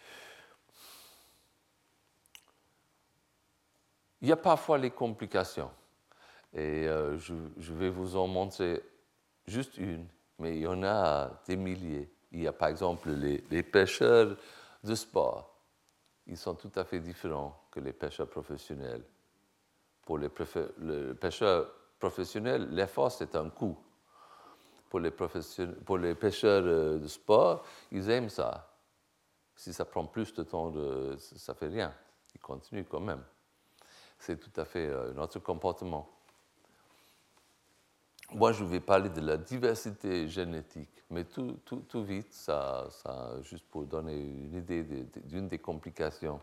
Il y a parfois les complications. Et je vais vous en montrer juste une, mais il y en a des milliers. Il y a par exemple les pêcheurs de sport. Ils sont tout à fait différents que les pêcheurs professionnels. Pour les pêcheurs professionnels, l'effort, c'est un coût. Pour les pêcheurs de sport, ils aiment ça. Si ça prend plus de temps, ça ne fait rien. Ils continuent quand même. C'est tout à fait un autre comportement. moi, je vais parler de la diversité génétique, mais tout vite, juste pour donner une idée d'une des complications.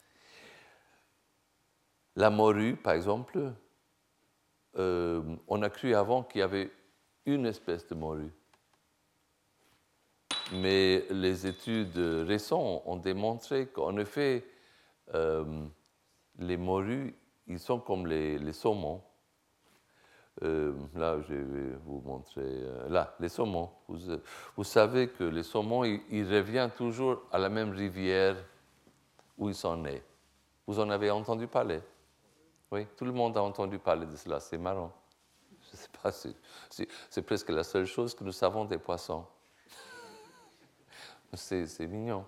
La morue, par exemple, on a cru avant qu'il y avait une espèce de morue. Mais les études récentes ont démontré qu'en effet, les morues, ils sont comme les saumons. Là, je vais vous montrer. Là, les saumons. Vous savez que les saumons, ils reviennent toujours à la même rivière où ils sont nés. Vous en avez entendu parler? Oui, tout le monde a entendu parler de cela. C'est marrant. Je ne sais pas, c'est presque la seule chose que nous savons des poissons. C'est mignon.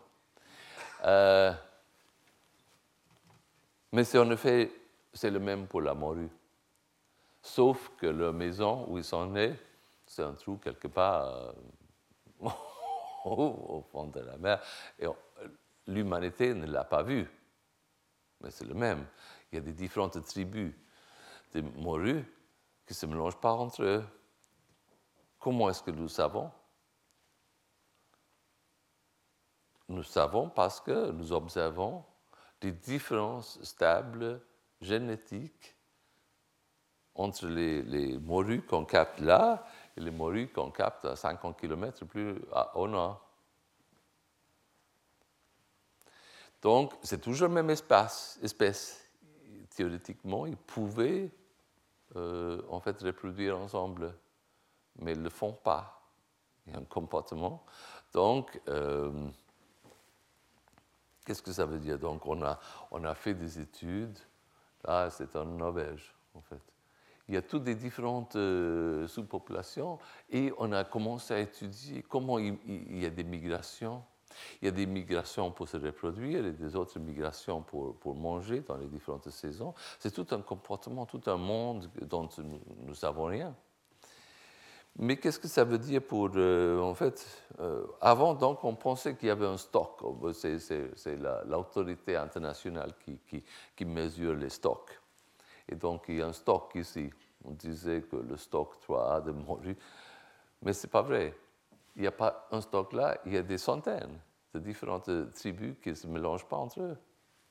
Mais en effet, c'est le même pour la morue. Sauf que la maison où ils sont nés, c'est un trou quelque part au fond de la mer. Et l'humanité ne l'a pas vu. Mais c'est le même. Il y a des différentes tribus de morues qui ne se mélangent pas entre eux. Comment est-ce que nous savons? Nous savons parce que nous observons des différences stables génétiques entre les morues qu'on capte là et les morues qu'on capte à 50 km plus au nord. Donc, c'est toujours la même espèce. Théoriquement, ils pouvaient en fait reproduire ensemble, mais ils ne le font pas. Il y a un comportement. Donc, qu'est-ce que ça veut dire? Donc, on a fait des études. Là, c'est en Norvège, en fait. Il y a toutes des différentes sous-populations et on a commencé à étudier comment il y a des migrations. Il y a des migrations pour se reproduire et des autres migrations pour manger dans les différentes saisons. C'est tout un comportement, tout un monde dont nous ne savons rien. Mais qu'est-ce que ça veut dire pour... en fait, avant, donc, on pensait qu'il y avait un stock. C'est l'autorité internationale qui mesure les stocks. Et donc, il y a un stock ici. On disait que le stock 3A de morues. Mais ce n'est pas vrai. Il n'y a pas un stock là, il y a des centaines de différentes tribus qui ne se mélangent pas entre eux.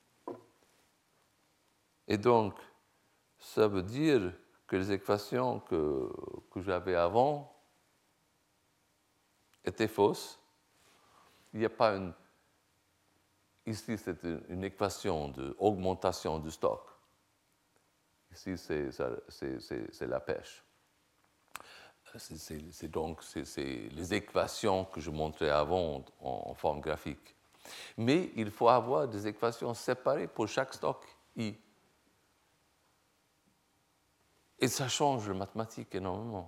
Et donc, ça veut dire que les équations que j'avais avant étaient fausses. Il n'y a pas une... Ici, c'est une équation d'augmentation du stock. Ici, c'est la pêche. C'est donc les équations que je montrais avant en forme graphique. Mais il faut avoir des équations séparées pour chaque stock I. Et ça change la mathématique énormément.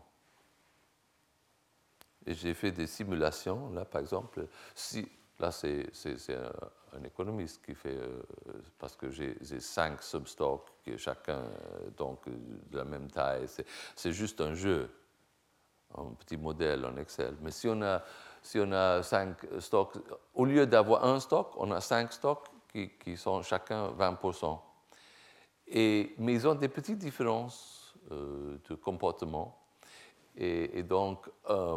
Et j'ai fait des simulations, là par exemple, là c'est un économiste qui fait, parce que j'ai 5 substocks, chacun donc de la même taille, c'est juste un jeu. Un petit modèle en Excel. Mais si on a 5 stocks, au lieu d'avoir un stock, on a 5 stocks qui sont chacun 20%. Mais ils ont des petites différences de comportement. Et donc,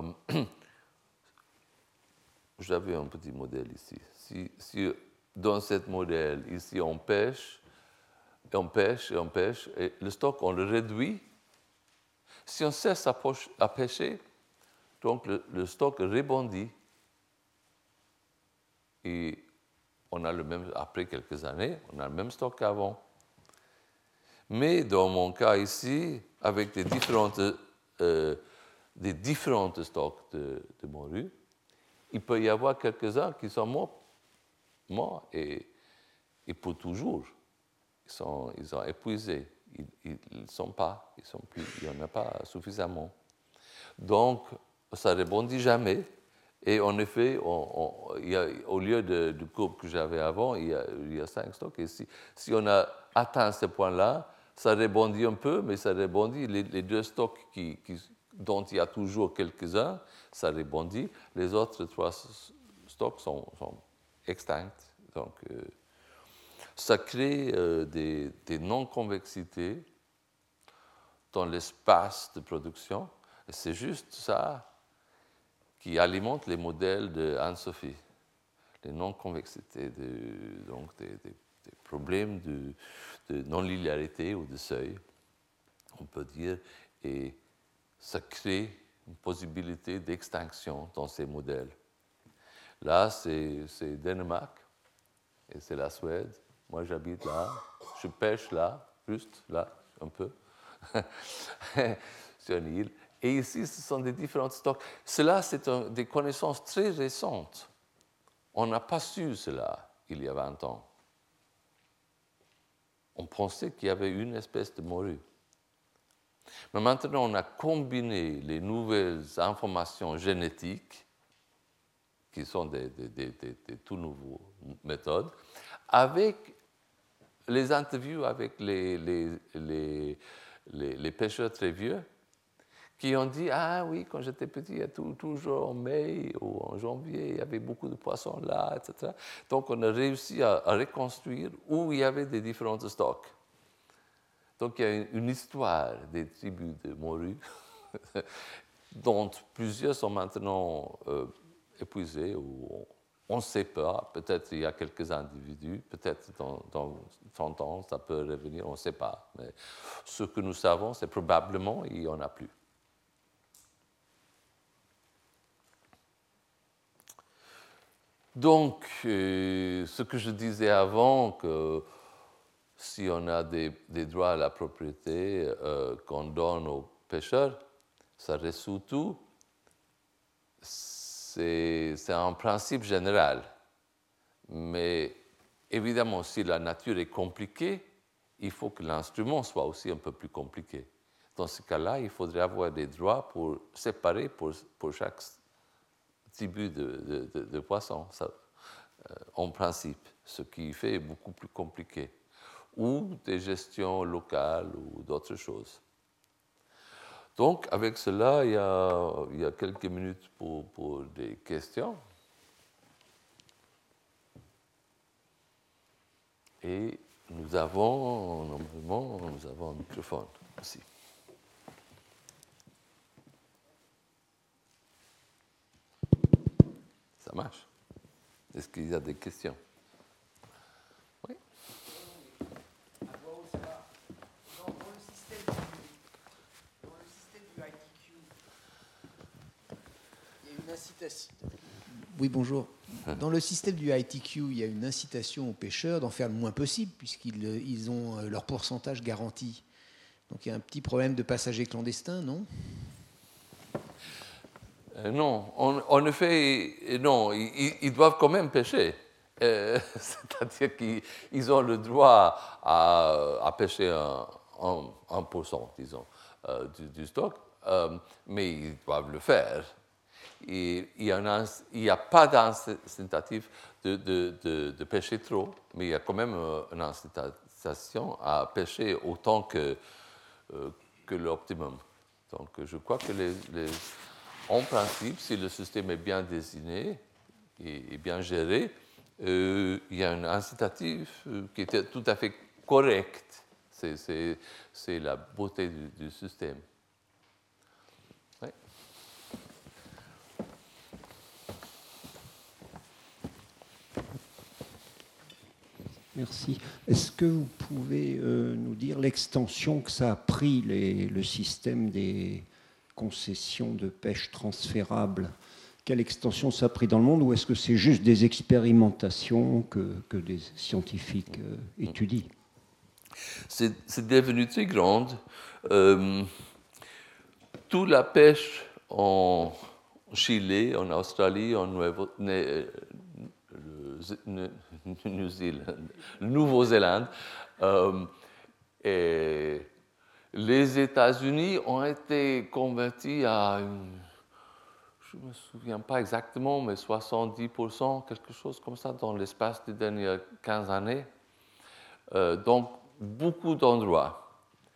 j'avais un petit modèle ici. Si dans ce modèle, ici, on pêche, et on pêche, et on pêche, et le stock, on le réduit. Si on cesse à pêcher, donc le stock rebondit. Et on a le même, après quelques années, on a le même stock qu'avant. Mais dans mon cas ici, avec des différentes stocks de morues, il peut y avoir quelques-uns qui sont morts et pour toujours. Ils sont épuisés. Ils ne sont pas, il n'y en a pas suffisamment. Donc, ça ne rebondit jamais. Et en effet, au lieu de courbe que j'avais avant, il y a 5 stocks. Et si on a atteint ce point-là, ça rebondit un peu, mais ça rebondit. Les 2 stocks dont il y a toujours quelques-uns, ça rebondit. Les autres 3 stocks sont extincts. Donc, ça crée des non-convexités dans l'espace de production. Et c'est juste ça qui alimente les modèles de Anne-Sophie, les non-convexités, donc des problèmes de non-linéarité ou de seuil, on peut dire, et ça crée une possibilité d'extinction dans ces modèles. Là, c'est Danemark et c'est la Suède. Moi, j'habite là, je pêche là, juste là, un peu, sur une île. Et ici, ce sont des différents stocks. Cela, c'est des connaissances très récentes. On n'a pas su cela il y a 20 ans. On pensait qu'il y avait une espèce de morue. Mais maintenant, on a combiné les nouvelles informations génétiques, qui sont des tout nouveaux méthodes, avec les interviews avec les pêcheurs très vieux, qui ont dit « Ah oui, quand j'étais petit, toujours en mai ou en janvier, il y avait beaucoup de poissons là, etc. » Donc, on a réussi à reconstruire où il y avait des différents stocks. Donc, il y a une histoire des tribus de morues dont plusieurs sont maintenant épuisés ou on ne sait pas. Peut-être il y a quelques individus, peut-être dans 30 ans, ça peut revenir, on ne sait pas. Mais ce que nous savons, c'est probablement il n'y en a plus. Donc, ce que je disais avant, que si on a des droits à la propriété qu'on donne aux pêcheurs, ça résout tout. C'est un principe général. Mais évidemment, si la nature est compliquée, il faut que l'instrument soit aussi un peu plus compliqué. Dans ce cas-là, il faudrait avoir des droits pour séparer pour chaque tribu de poissons, ça, en principe, ce qui fait beaucoup plus compliqué. Ou des gestions locales ou d'autres choses. Donc, avec cela, il y a quelques minutes pour des questions. Et nous avons, normalement, un microphone aussi. Ça marche. Est-ce qu'il y a des questions? Oui. Dans le système du ITQ, il y a une incitation. Oui, bonjour. Dans le système du ITQ, il y a une incitation aux pêcheurs d'en faire le moins possible, puisqu'ils ont leur pourcentage garanti. Donc il y a un petit problème de passagers clandestins, non? Non, en effet, non, ils doivent quand même pêcher. C'est-à-dire qu'ils ont le droit à pêcher 1%, disons, du stock, mais ils doivent le faire. Et il n'y a pas d'incitatif de pêcher trop, mais il y a quand même une incitation à pêcher autant que l'optimum. Donc je crois que en principe, si le système est bien désigné et bien géré, il y a un incitatif qui est tout à fait correct. C'est la beauté du système. Oui. Merci. Est-ce que vous pouvez nous dire l'extension que ça a pris, le système des concessions de pêche transférables? Quelle extension ça a pris dans le monde, ou est-ce que c'est juste des expérimentations que des scientifiques étudient? C'est devenu très grande. Toute la pêche en Chili, en Australie, en Nouvelle-Zélande, et les États-Unis ont été convertis à je ne me souviens pas exactement, mais 70%, quelque chose comme ça, dans l'espace des dernières 15 années. Donc, beaucoup d'endroits.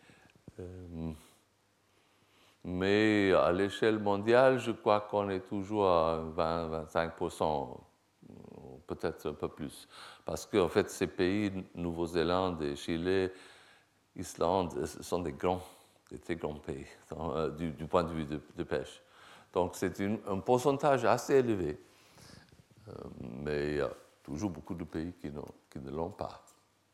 Mais à l'échelle mondiale, je crois qu'on est toujours à 20-25%, peut-être un peu plus. Parce qu'en fait, ces pays, Nouvelle-Zélande et Chili, Islande, ce sont des grands des très grands pays du point de vue de pêche. Donc c'est un pourcentage assez élevé, mais il y a toujours beaucoup de pays qui ne l'ont pas.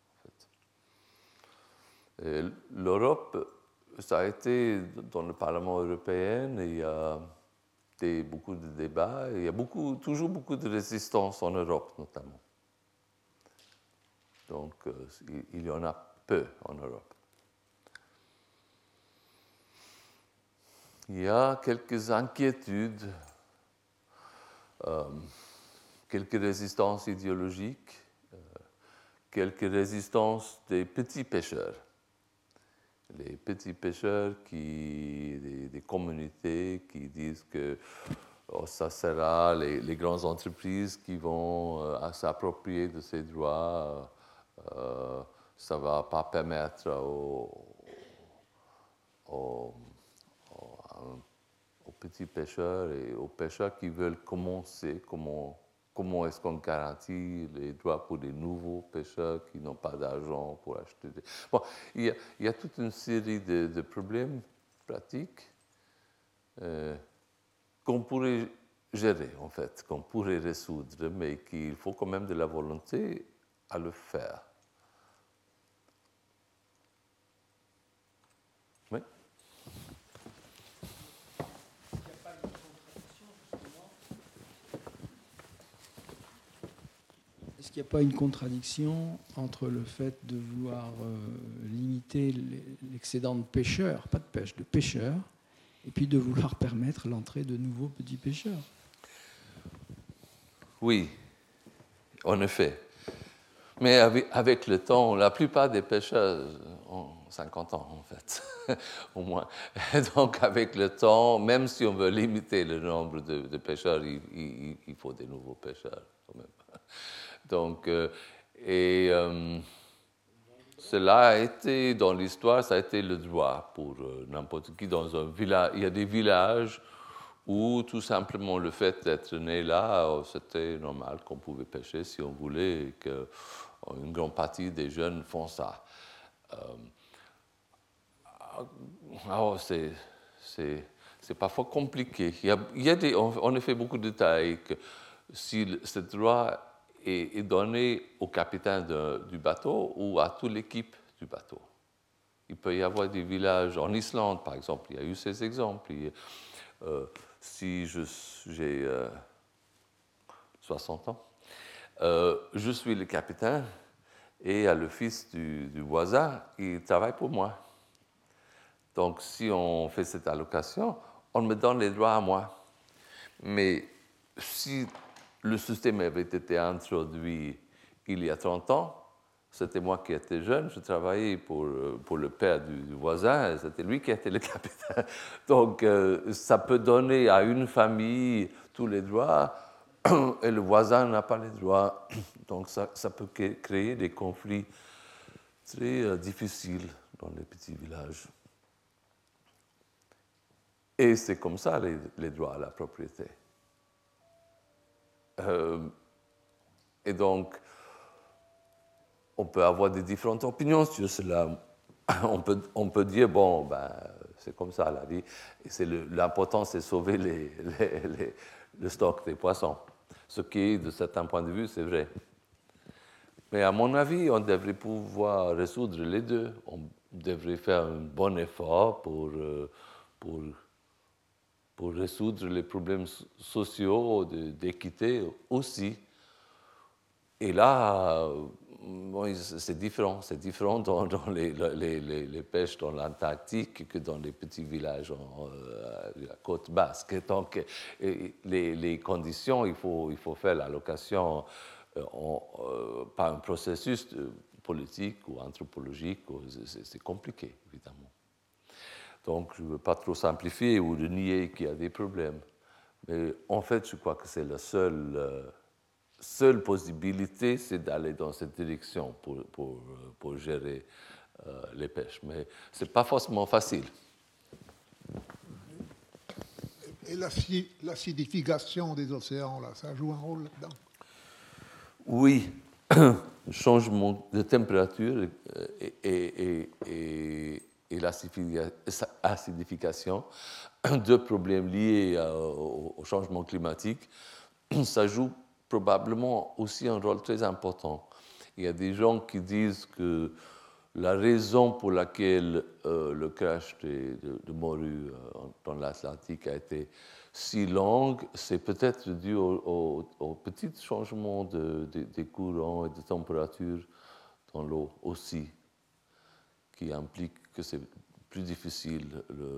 En fait. L'Europe, ça a été dans le Parlement européen, il y a beaucoup de débats, il y a toujours beaucoup de résistance en Europe notamment. Donc il y en a peu en Europe. Il y a quelques inquiétudes, quelques résistances idéologiques, quelques résistances des petits pêcheurs. Les petits pêcheurs, des communautés qui disent que ça sera les grandes entreprises qui vont s'approprier de ces droits. Ça ne va pas permettre aux petits pêcheurs et aux pêcheurs qui veulent commencer, comment est-ce qu'on garantit les droits pour des nouveaux pêcheurs qui n'ont pas d'argent pour acheter des... Bon, il y a toute une série de problèmes pratiques qu'on pourrait gérer, en fait, qu'on pourrait résoudre, mais qu'il faut quand même de la volonté à le faire. Oui. Est-ce qu'il n'y a pas une contradiction entre le fait de vouloir limiter l'excédent de pêcheurs, pas de pêche, de pêcheurs, et puis de vouloir permettre l'entrée de nouveaux petits pêcheurs? Oui, en effet. Mais avec le temps, la plupart des pêcheurs ont 50 ans, en fait, au moins. Donc, avec le temps, même si on veut limiter le nombre de pêcheurs, il faut des nouveaux pêcheurs, quand même. Donc, cela a été, dans l'histoire, ça a été le droit pour n'importe qui dans un village. Il y a des villages où tout simplement le fait d'être né là, c'était normal qu'on pouvait pêcher si on voulait et qu'une grande partie des jeunes font ça. Alors c'est parfois compliqué. Il y a en effet beaucoup de détails que si ce droit est donné au capitaine du bateau ou à toute l'équipe du bateau. Il peut y avoir des villages en Islande, par exemple, il y a eu ces exemples. Si j'ai 60 ans, je suis le capitaine et le fils du voisin, il travaille pour moi. Donc, si on fait cette allocation, on me donne les droits à moi. Mais si le système avait été introduit il y a 30 ans, c'était moi qui étais jeune, je travaillais pour le père du voisin, et c'était lui qui était le capitaine. Donc, ça peut donner à une famille tous les droits, et le voisin n'a pas les droits. Donc, ça peut créer des conflits très difficiles dans les petits villages. Et c'est comme ça les droits à la propriété. Et donc, on peut avoir des différentes opinions sur cela. On peut dire, bon, ben, c'est comme ça la vie. Et l'important, c'est sauver le stock des poissons. Ce qui, de certains points de vue, c'est vrai. Mais à mon avis, on devrait pouvoir résoudre les deux. On devrait faire un bon effort pour résoudre les problèmes sociaux, d'équité aussi. Et là, bon, c'est différent. C'est différent dans les pêches dans l'Antarctique que dans les petits villages à la côte basque. Donc, les conditions, il faut faire l'allocation par un processus politique ou anthropologique. C'est compliqué, évidemment. Donc, je ne veux pas trop simplifier ou nier qu'il y a des problèmes. Mais en fait, je crois que c'est la seule possibilité, c'est d'aller dans cette direction pour gérer les pêches. Mais ce n'est pas forcément facile. Et l'acidification des océans, là, ça joue un rôle là-dedans? Oui, le changement de température et l'acidification, deux problèmes liés au changement climatique, ça joue probablement aussi un rôle très important. Il y a des gens qui disent que la raison pour laquelle le crash de morues dans l'Atlantique a été si long, c'est peut-être dû aux petits changements des courants et de température dans l'eau aussi, qui implique que c'est plus difficile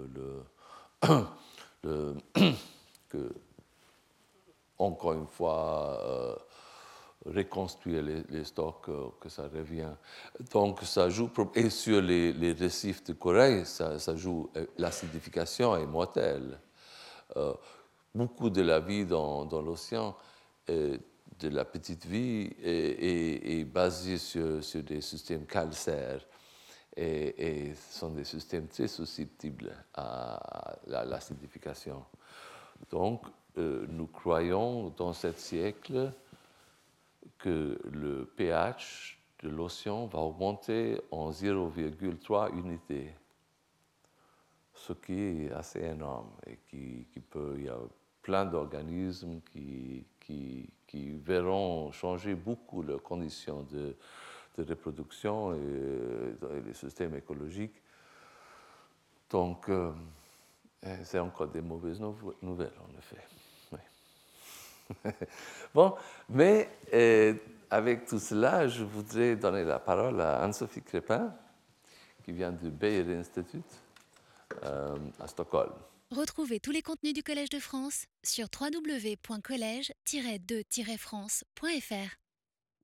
que, encore une fois, reconstruire les stocks, que ça revient. Donc, ça joue. Et sur les récifs de Corée, ça joue. L'acidification est mortelle. Beaucoup de la vie dans l'océan, de la petite vie, est basée sur des systèmes calcaires. Et ce sont des systèmes très susceptibles à l'acidification. Donc, nous croyons dans ce siècle que le pH de l'océan va augmenter en 0,3 unités, ce qui est assez énorme et il y a plein d'organismes qui verront changer beaucoup leurs conditions de reproduction et les systèmes écologiques. Donc, c'est encore des mauvaises nouvelles, en effet. Oui. Bon, mais avec tout cela, je voudrais donner la parole à Anne-Sophie Crépin, qui vient du Beijer Institute à Stockholm. Retrouvez tous les contenus du Collège de France sur www.collège-2-france.fr.